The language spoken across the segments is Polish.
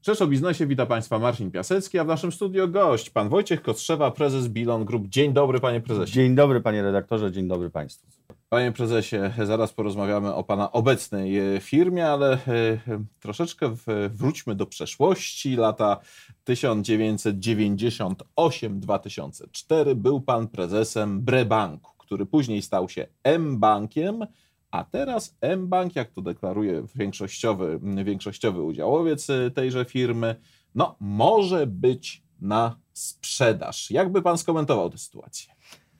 Rzecz o biznesie, witam Państwa Marcin Piasecki, a w naszym studio gość, pan Wojciech Kostrzewa, prezes Bilon Group. Dzień dobry, panie prezesie. Dzień dobry, panie redaktorze, dzień dobry państwu. Panie prezesie, zaraz porozmawiamy o pana obecnej firmie, ale troszeczkę wróćmy do przeszłości. Lata 1998-2004 był pan prezesem Brebanku, który później stał się mBankiem, a teraz mBank, jak to deklaruje większościowy udziałowiec tejże firmy, no może być na sprzedaż. Jak by pan skomentował tę sytuację?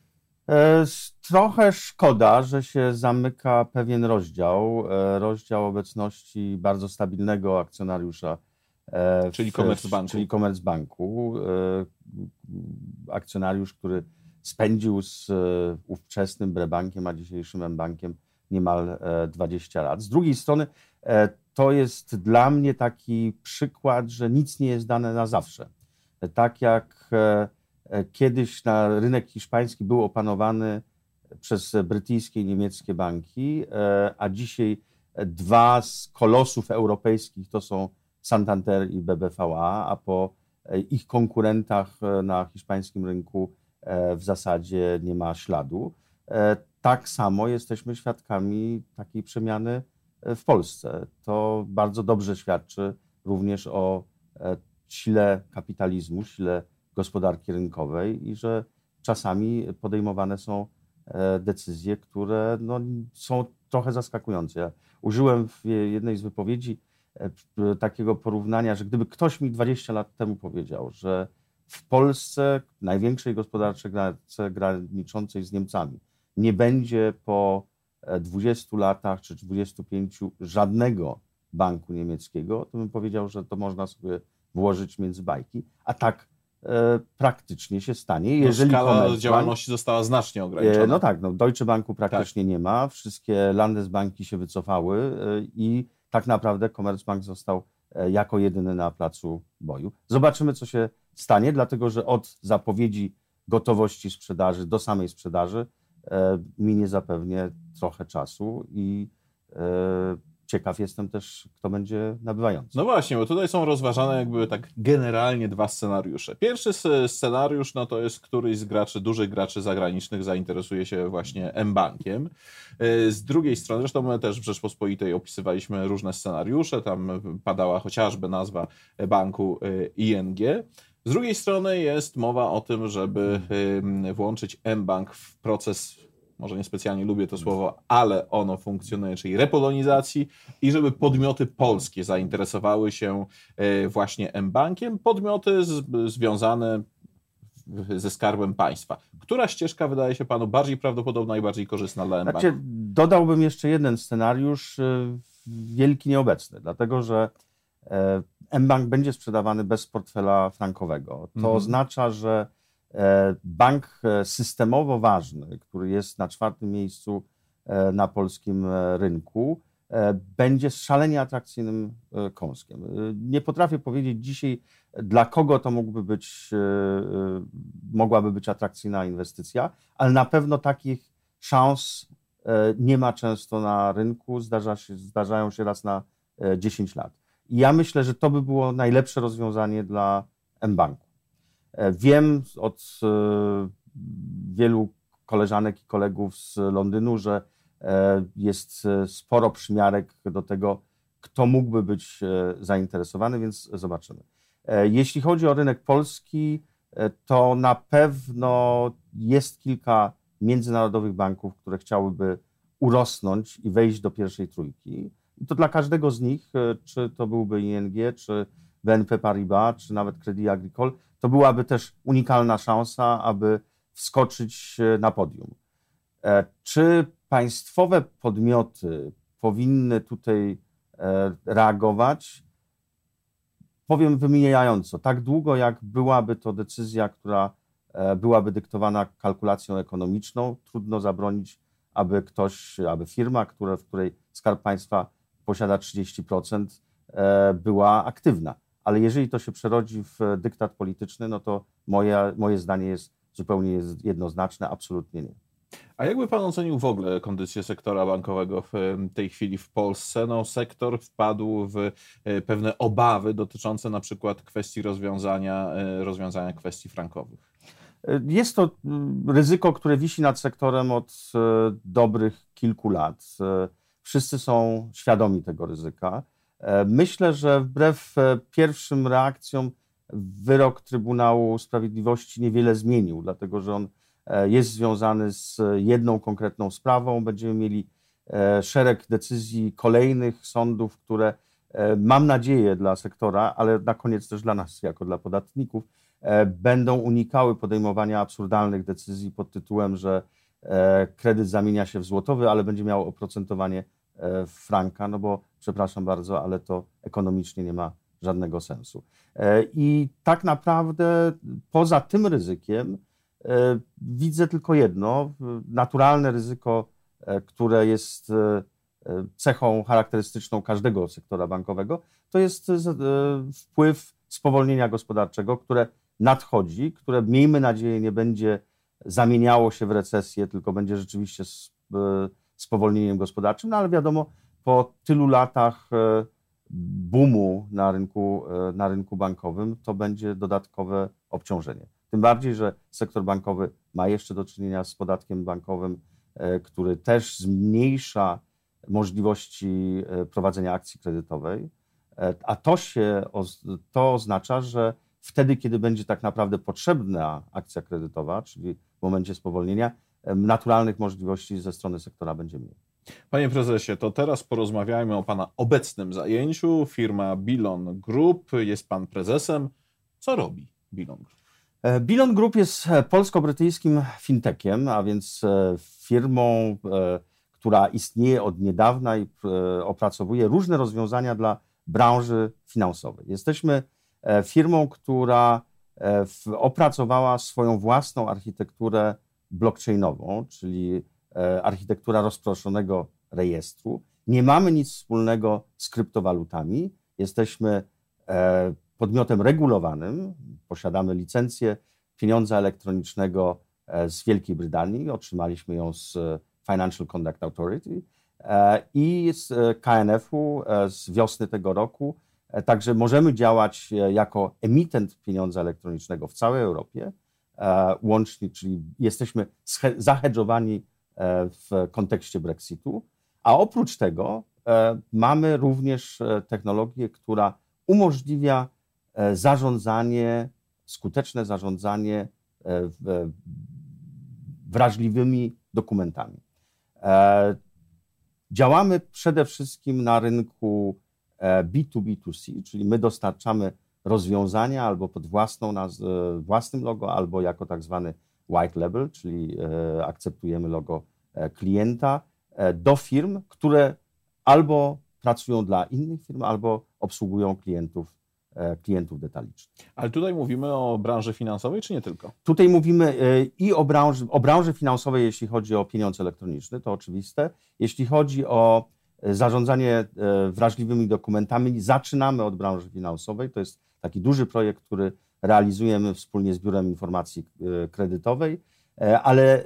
Trochę szkoda, że się zamyka pewien rozdział obecności bardzo stabilnego akcjonariusza, czyli Commerzbanku. Czyli Commerzbanku. Akcjonariusz, który spędził z ówczesnym Brebankiem, a dzisiejszym mBankiem niemal 20 lat. Z drugiej strony to jest dla mnie taki przykład, że nic nie jest dane na zawsze. Tak jak kiedyś na rynek hiszpański był opanowany przez brytyjskie i niemieckie banki, a dzisiaj dwa z kolosów europejskich to są Santander i BBVA, a po ich konkurentach na hiszpańskim rynku w zasadzie nie ma śladu. Tak samo jesteśmy świadkami takiej przemiany w Polsce. To bardzo dobrze świadczy również o sile kapitalizmu, sile gospodarki rynkowej i że czasami podejmowane są decyzje, które są trochę zaskakujące. Ja użyłem w jednej z wypowiedzi takiego porównania, że gdyby ktoś mi 20 lat temu powiedział, że w Polsce, największej gospodarczej graniczącej z Niemcami, nie będzie po 20 latach czy 25 żadnego banku niemieckiego, to bym powiedział, że to można sobie włożyć między bajki, a tak praktycznie się stanie. Jeżeli skala działalności została znacznie ograniczona. No tak, Deutsche Banku praktycznie nie ma, wszystkie Landesbanki się wycofały i tak naprawdę Commerzbank został jako jedyny na placu boju. Zobaczymy, co się stanie, dlatego że od zapowiedzi gotowości sprzedaży do samej sprzedaży minie zapewne trochę czasu i ciekaw jestem też, kto będzie nabywający. No właśnie, bo tutaj są rozważane jakby tak generalnie dwa scenariusze. Pierwszy scenariusz to jest któryś z graczy, dużych graczy zagranicznych zainteresuje się właśnie mBankiem. Z drugiej strony, zresztą my też w Rzeczpospolitej opisywaliśmy różne scenariusze, tam padała chociażby nazwa banku ING. Z drugiej strony jest mowa o tym, żeby włączyć mBank w proces, może niespecjalnie lubię to słowo, ale ono funkcjonuje, czyli repolonizacji i żeby podmioty polskie zainteresowały się właśnie mBankiem, podmioty związane ze Skarbem Państwa. Która ścieżka wydaje się panu bardziej prawdopodobna i bardziej korzystna dla mBanku? Dodałbym jeszcze jeden scenariusz, wielki nieobecny, dlatego że mBank będzie sprzedawany bez portfela frankowego. To oznacza, że bank systemowo ważny, który jest na 4. miejscu na polskim rynku, będzie szalenie atrakcyjnym kąskiem. Nie potrafię powiedzieć dzisiaj, dla kogo to mogłaby być atrakcyjna inwestycja, ale na pewno takich szans nie ma często na rynku, zdarzają się raz na 10 lat. I ja myślę, że to by było najlepsze rozwiązanie dla mBanku. Wiem od wielu koleżanek i kolegów z Londynu, że jest sporo przymiarek do tego, kto mógłby być zainteresowany, więc zobaczymy. Jeśli chodzi o rynek polski, to na pewno jest kilka międzynarodowych banków, które chciałyby urosnąć i wejść do pierwszej trójki. I to dla każdego z nich, czy to byłby ING, czy BNP Paribas, czy nawet Crédit Agricole, to byłaby też unikalna szansa, aby wskoczyć na podium. Czy państwowe podmioty powinny tutaj reagować? Powiem wymijająco. Tak długo, jak byłaby to decyzja, która byłaby dyktowana kalkulacją ekonomiczną, trudno zabronić, aby firma, w której Skarb Państwa posiada 30%, była aktywna. Ale jeżeli to się przerodzi w dyktat polityczny, no to moje zdanie jest zupełnie jednoznaczne, absolutnie nie. A jakby pan ocenił w ogóle kondycję sektora bankowego w tej chwili w Polsce? No, sektor wpadł w pewne obawy dotyczące na przykład kwestii rozwiązania kwestii frankowych. Jest to ryzyko, które wisi nad sektorem od dobrych kilku lat. Wszyscy są świadomi tego ryzyka. Myślę, że wbrew pierwszym reakcjom wyrok Trybunału Sprawiedliwości niewiele zmienił, dlatego że on jest związany z jedną konkretną sprawą. Będziemy mieli szereg decyzji kolejnych sądów, które mam nadzieję dla sektora, ale na koniec też dla nas, jako dla podatników, będą unikały podejmowania absurdalnych decyzji pod tytułem, że kredyt zamienia się w złotowy, ale będzie miał oprocentowanie w franka, no bo przepraszam bardzo, ale to ekonomicznie nie ma żadnego sensu. I tak naprawdę poza tym ryzykiem widzę tylko jedno, naturalne ryzyko, które jest cechą charakterystyczną każdego sektora bankowego, to jest wpływ spowolnienia gospodarczego, które nadchodzi, które miejmy nadzieję nie będzie zamieniało się w recesję, tylko będzie rzeczywiście spowolnieniem gospodarczym, no ale wiadomo, po tylu latach boomu na rynku bankowym to będzie dodatkowe obciążenie. Tym bardziej, że sektor bankowy ma jeszcze do czynienia z podatkiem bankowym, który też zmniejsza możliwości prowadzenia akcji kredytowej, a to oznacza, że wtedy, kiedy będzie tak naprawdę potrzebna akcja kredytowa, czyli w momencie spowolnienia, naturalnych możliwości ze strony sektora będzie mniej. Panie prezesie, to teraz porozmawiajmy o pana obecnym zajęciu. Firma Billon Group, jest pan prezesem. Co robi Billon Group? Billon Group jest polsko-brytyjskim fintechem, a więc firmą, która istnieje od niedawna i opracowuje różne rozwiązania dla branży finansowej. Jesteśmy firmą, która opracowała swoją własną architekturę blockchainową, czyli architektura rozproszonego rejestru. Nie mamy nic wspólnego z kryptowalutami. Jesteśmy podmiotem regulowanym, posiadamy licencję pieniądza elektronicznego z Wielkiej Brytanii, otrzymaliśmy ją z Financial Conduct Authority i z KNF-u z wiosny tego roku. Także możemy działać jako emitent pieniądza elektronicznego w całej Europie, łącznie, czyli jesteśmy zahedżowani w kontekście Brexitu, a oprócz tego mamy również technologię, która umożliwia skuteczne zarządzanie wrażliwymi dokumentami. Działamy przede wszystkim na rynku B2B2C, czyli my dostarczamy rozwiązania albo pod własnym logo, albo jako tak zwany white label, czyli akceptujemy logo klienta do firm, które albo pracują dla innych firm, albo obsługują klientów detalicznych. Ale tutaj mówimy o branży finansowej, czy nie tylko? Tutaj mówimy i o branży finansowej, jeśli chodzi o pieniądz elektroniczny, to oczywiste. Jeśli chodzi o zarządzanie wrażliwymi dokumentami, zaczynamy od branży finansowej. To jest taki duży projekt, który realizujemy wspólnie z Biurem Informacji Kredytowej, ale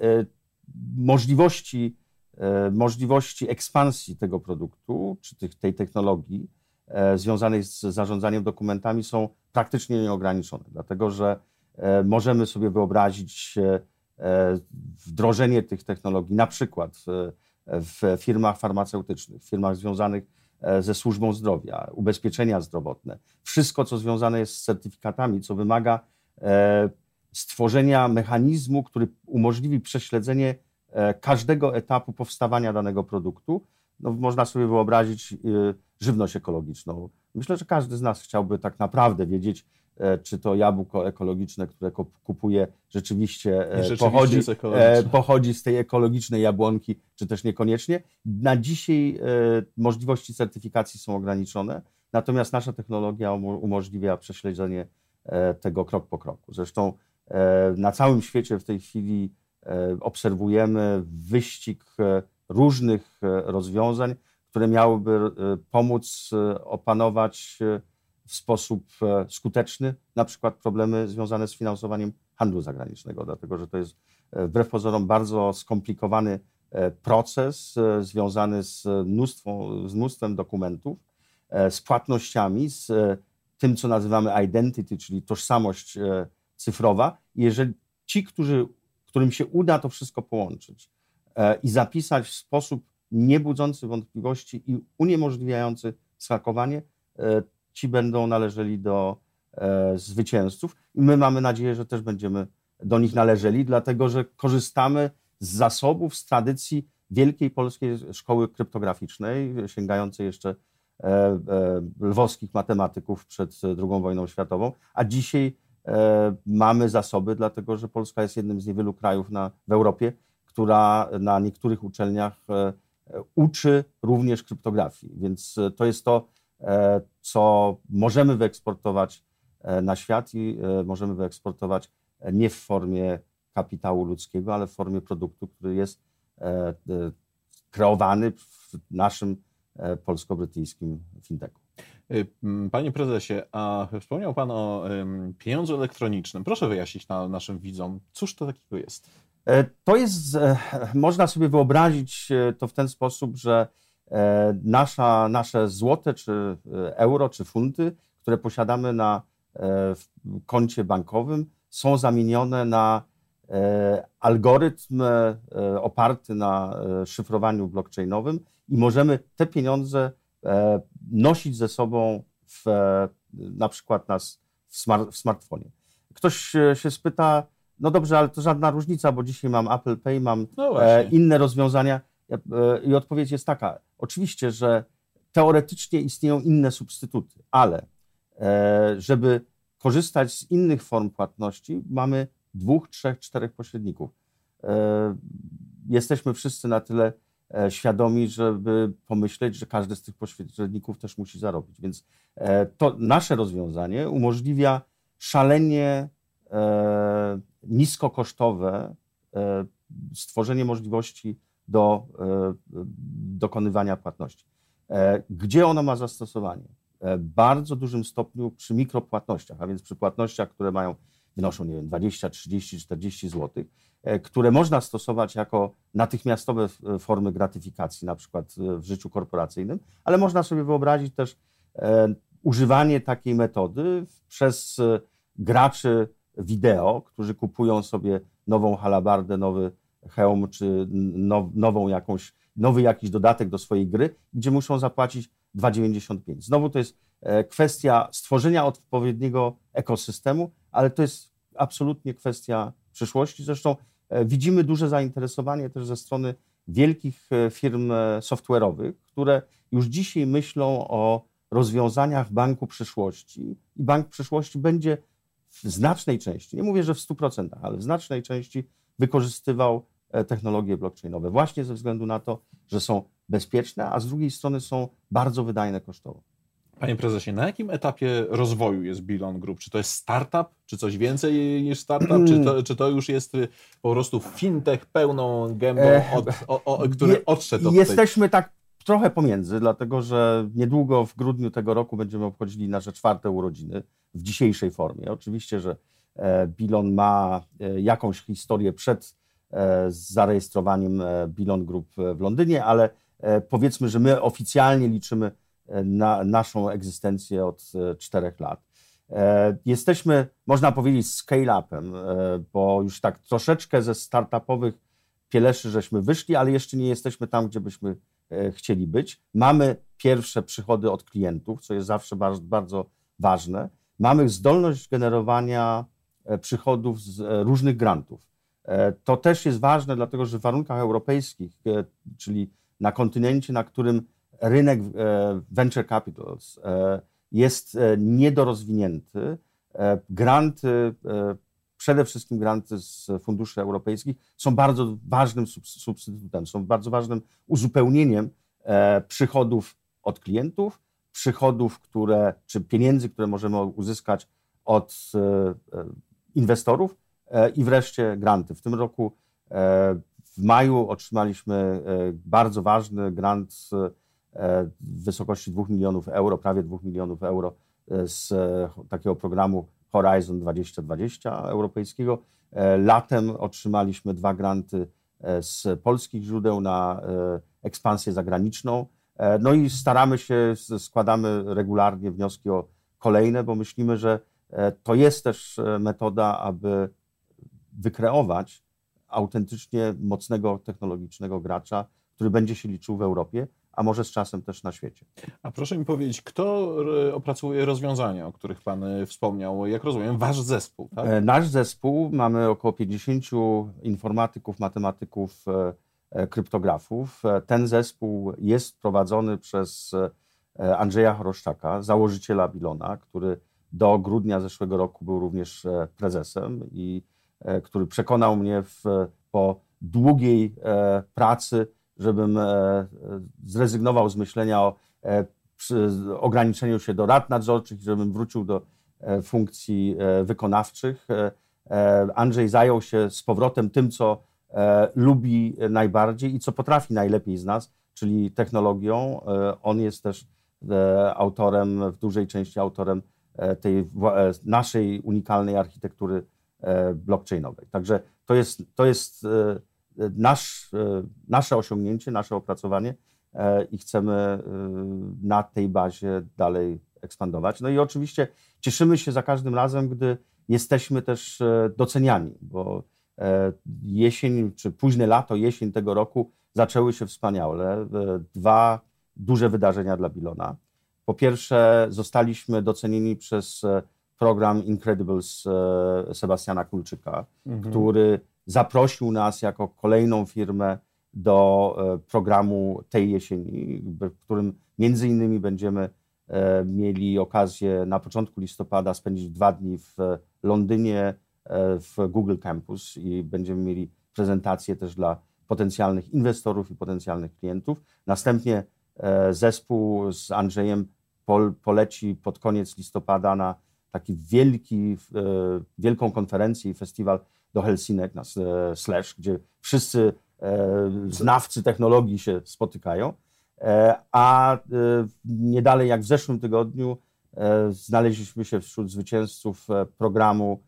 możliwości ekspansji tego produktu, czy tej technologii związanej z zarządzaniem dokumentami są praktycznie nieograniczone, dlatego że możemy sobie wyobrazić wdrożenie tych technologii na przykład w firmach farmaceutycznych, w firmach związanych ze służbą zdrowia, ubezpieczenia zdrowotne. Wszystko, co związane jest z certyfikatami, co wymaga stworzenia mechanizmu, który umożliwi prześledzenie każdego etapu powstawania danego produktu. No, można sobie wyobrazić żywność ekologiczną. Myślę, że każdy z nas chciałby tak naprawdę wiedzieć, czy to jabłko ekologiczne, które kupuje, rzeczywiście pochodzi z tej ekologicznej jabłonki, czy też niekoniecznie. Na dzisiaj możliwości certyfikacji są ograniczone, natomiast nasza technologia umożliwia prześledzenie tego krok po kroku. Zresztą na całym świecie w tej chwili obserwujemy wyścig różnych rozwiązań, które miałyby pomóc opanować w sposób skuteczny na przykład problemy związane z finansowaniem handlu zagranicznego, dlatego że to jest wbrew pozorom bardzo skomplikowany proces związany z mnóstwem dokumentów, z płatnościami, z tym, co nazywamy identity, czyli tożsamość cyfrowa. Jeżeli ci, którym się uda to wszystko połączyć i zapisać w sposób niebudzący wątpliwości i uniemożliwiający schakowanie, ci będą należeli do zwycięzców. I my mamy nadzieję, że też będziemy do nich należeli, dlatego że korzystamy z zasobów, z tradycji wielkiej polskiej szkoły kryptograficznej, sięgającej jeszcze lwowskich matematyków przed II wojną światową, a dzisiaj mamy zasoby, dlatego że Polska jest jednym z niewielu krajów w Europie, która na niektórych uczelniach uczy również kryptografii. Więc to jest to, co możemy wyeksportować na świat i możemy wyeksportować nie w formie kapitału ludzkiego, ale w formie produktu, który jest kreowany w naszym polsko-brytyjskim fintechu. Panie prezesie, a wspomniał pan o pieniądzu elektronicznym. Proszę wyjaśnić naszym widzom, cóż to takiego jest? To jest, można sobie wyobrazić to w ten sposób, że nasze złote, czy euro, czy funty, które posiadamy na koncie bankowym, są zamienione na algorytm oparty na szyfrowaniu blockchainowym i możemy te pieniądze nosić ze sobą na przykład w smartfonie. Ktoś się spyta, no dobrze, ale to żadna różnica, bo dzisiaj mam Apple Pay, mam inne rozwiązania. I odpowiedź jest taka, oczywiście, że teoretycznie istnieją inne substytuty, ale żeby korzystać z innych form płatności, mamy 2, 3, 4 pośredników. Jesteśmy wszyscy na tyle świadomi, żeby pomyśleć, że każdy z tych pośredników też musi zarobić. Więc to nasze rozwiązanie umożliwia szalenie niskokosztowe stworzenie możliwości do dokonywania płatności. Gdzie ono ma zastosowanie? W bardzo dużym stopniu przy mikropłatnościach, a więc przy płatnościach, które wynoszą, nie wiem, 20, 30, 40 zł, które można stosować jako natychmiastowe formy gratyfikacji, na przykład w życiu korporacyjnym, ale można sobie wyobrazić też używanie takiej metody przez graczy wideo, którzy kupują sobie nową halabardę, nowy hełm, czy nowy jakiś dodatek do swojej gry, gdzie muszą zapłacić 2,95. Znowu to jest kwestia stworzenia odpowiedniego ekosystemu, ale to jest absolutnie kwestia przyszłości. Zresztą widzimy duże zainteresowanie też ze strony wielkich firm software'owych, które już dzisiaj myślą o rozwiązaniach banku przyszłości i bank przyszłości będzie w znacznej części, nie mówię, że w 100%, ale w znacznej części wykorzystywał technologie blockchainowe właśnie ze względu na to, że są bezpieczne, a z drugiej strony są bardzo wydajne kosztowo. Panie prezesie, na jakim etapie rozwoju jest Bilon Group? Czy to jest startup, czy coś więcej niż startup, czy to już jest po prostu fintech pełną gębą, który odszedł od Jesteśmy tak trochę pomiędzy, dlatego że niedługo w grudniu tego roku będziemy obchodzili nasze 4. urodziny w dzisiejszej formie. Oczywiście, że Bilon ma jakąś historię przed zarejestrowaniem Bilon Group w Londynie, ale powiedzmy, że my oficjalnie liczymy naszą egzystencję od 4 lat. Jesteśmy, można powiedzieć, scale-upem, bo już tak troszeczkę ze startupowych pieleszy żeśmy wyszli, ale jeszcze nie jesteśmy tam, gdzie byśmy chcieli być. Mamy pierwsze przychody od klientów, co jest zawsze bardzo, bardzo ważne. Mamy zdolność generowania przychodów z różnych grantów. To też jest ważne, dlatego że w warunkach europejskich, czyli na kontynencie, na którym rynek venture capitals jest niedorozwinięty, granty, przede wszystkim granty z funduszy europejskich są bardzo ważnym substytutem, są bardzo ważnym uzupełnieniem przychodów od klientów, przychodów, czy pieniędzy, które możemy uzyskać od inwestorów i wreszcie granty. W tym roku w maju otrzymaliśmy bardzo ważny grant w wysokości 2 milionów euro, prawie 2 milionów euro z takiego programu Horizon 2020 europejskiego. Latem otrzymaliśmy 2 granty z polskich źródeł na ekspansję zagraniczną. No i staramy się, składamy regularnie wnioski o kolejne, bo myślimy, że to jest też metoda, aby wykreować autentycznie mocnego technologicznego gracza, który będzie się liczył w Europie, a może z czasem też na świecie. A proszę mi powiedzieć, kto opracuje rozwiązania, o których Pan wspomniał? Jak rozumiem, Wasz zespół, tak? Nasz zespół, mamy około 50 informatyków, matematyków, kryptografów. Ten zespół jest prowadzony przez Andrzeja Choroszczaka, założyciela Bilona, który do grudnia zeszłego roku był również prezesem i który przekonał mnie po długiej pracy, żebym zrezygnował z myślenia o ograniczeniu się do rad nadzorczych, żebym wrócił do funkcji wykonawczych. Andrzej zajął się z powrotem tym, co lubi najbardziej i co potrafi najlepiej z nas, czyli technologią. On jest też autorem, w dużej części autorem tej naszej unikalnej architektury blockchainowej. Także to jest nasze osiągnięcie, nasze opracowanie i chcemy na tej bazie dalej ekspandować. No i oczywiście cieszymy się za każdym razem, gdy jesteśmy też doceniani, bo jesień, czy późne lato, jesień tego roku zaczęły się wspaniale. 2 duże wydarzenia dla Bilona. Po pierwsze, zostaliśmy docenieni przez program Incredibles Sebastiana Kulczyka, który zaprosił nas jako kolejną firmę do programu tej jesieni, w którym między innymi będziemy mieli okazję na początku listopada spędzić 2 dni w Londynie, w Google Campus i będziemy mieli prezentację też dla potencjalnych inwestorów i potencjalnych klientów. Następnie zespół z Andrzejem poleci pod koniec listopada na taki wielką konferencję i festiwal do Helsinek, na Slash, gdzie wszyscy znawcy technologii się spotykają. A nie dalej jak w zeszłym tygodniu znaleźliśmy się wśród zwycięzców programu,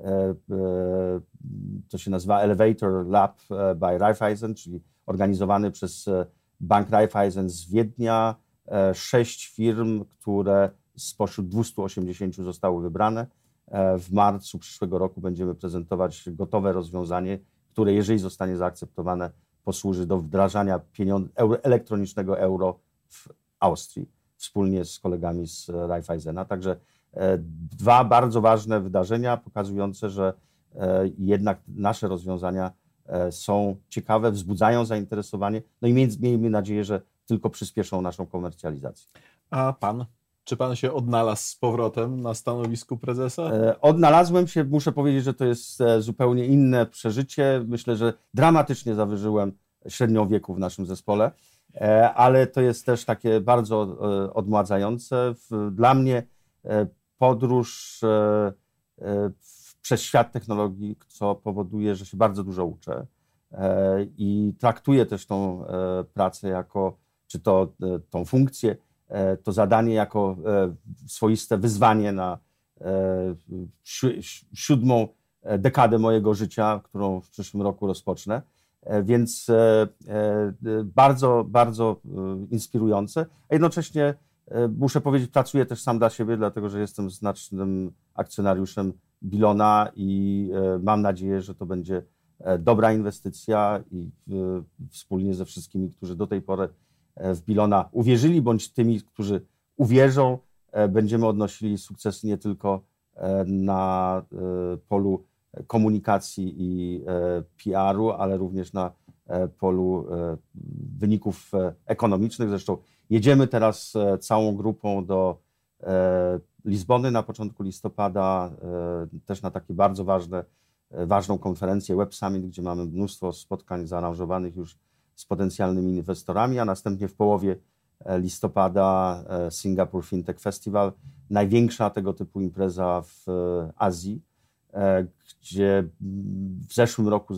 to się nazywa Elevator Lab by Raiffeisen, czyli organizowany przez Bank Raiffeisen z Wiednia. 6 firm, które spośród 280 zostały wybrane. W marcu przyszłego roku będziemy prezentować gotowe rozwiązanie, które jeżeli zostanie zaakceptowane, posłuży do wdrażania elektronicznego euro w Austrii, wspólnie z kolegami z Raiffeisena. Także 2 bardzo ważne wydarzenia pokazujące, że jednak nasze rozwiązania są ciekawe, wzbudzają zainteresowanie, no i miejmy nadzieję, że tylko przyspieszą naszą komercjalizację. A Pan? Czy Pan się odnalazł z powrotem na stanowisku prezesa? Odnalazłem się, muszę powiedzieć, że to jest zupełnie inne przeżycie. Myślę, że dramatycznie zawyżyłem średnią wieku w naszym zespole, ale to jest też takie bardzo odmładzające. Dla mnie podróż przez świat technologii, co powoduje, że się bardzo dużo uczę i traktuję też tą pracę jako, czy tą funkcję, to zadanie jako swoiste wyzwanie na 7. dekadę mojego życia, którą w przyszłym roku rozpocznę. Więc bardzo, bardzo inspirujące, a jednocześnie muszę powiedzieć, pracuję też sam dla siebie, dlatego że jestem znacznym akcjonariuszem Bilona i mam nadzieję, że to będzie dobra inwestycja i wspólnie ze wszystkimi, którzy do tej pory w Bilona uwierzyli, bądź tymi, którzy uwierzą, będziemy odnosili sukcesy nie tylko na polu komunikacji i PR-u, ale również na polu wyników ekonomicznych. Zresztą jedziemy teraz całą grupą do Lizbony na początku listopada, też na takie bardzo ważną konferencję Web Summit, gdzie mamy mnóstwo spotkań zaaranżowanych już z potencjalnymi inwestorami, a następnie w połowie listopada Singapore Fintech Festival, największa tego typu impreza w Azji, gdzie w zeszłym roku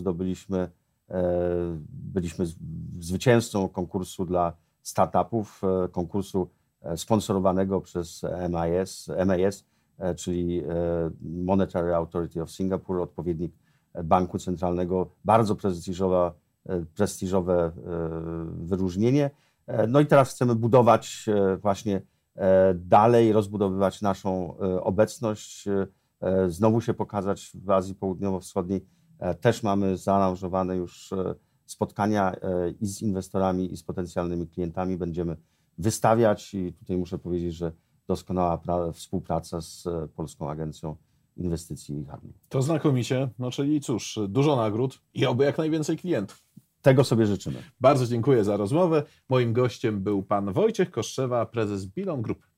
byliśmy zwycięzcą konkursu dla startupów, konkursu sponsorowanego przez MAS, czyli Monetary Authority of Singapore, odpowiednik banku centralnego, bardzo prestiżowe wyróżnienie. No i teraz chcemy budować właśnie dalej, rozbudowywać naszą obecność, znowu się pokazać w Azji Południowo-Wschodniej. Też mamy zaaranżowane już spotkania i z inwestorami, i z potencjalnymi klientami. Będziemy wystawiać i tutaj muszę powiedzieć, że doskonała współpraca z Polską Agencją Inwestycji i Handlu. To znakomicie, no czyli cóż, dużo nagród i oby jak najwięcej klientów. Tego sobie życzymy. Bardzo dziękuję za rozmowę. Moim gościem był pan Wojciech Kostrzewa, prezes Bilon Group.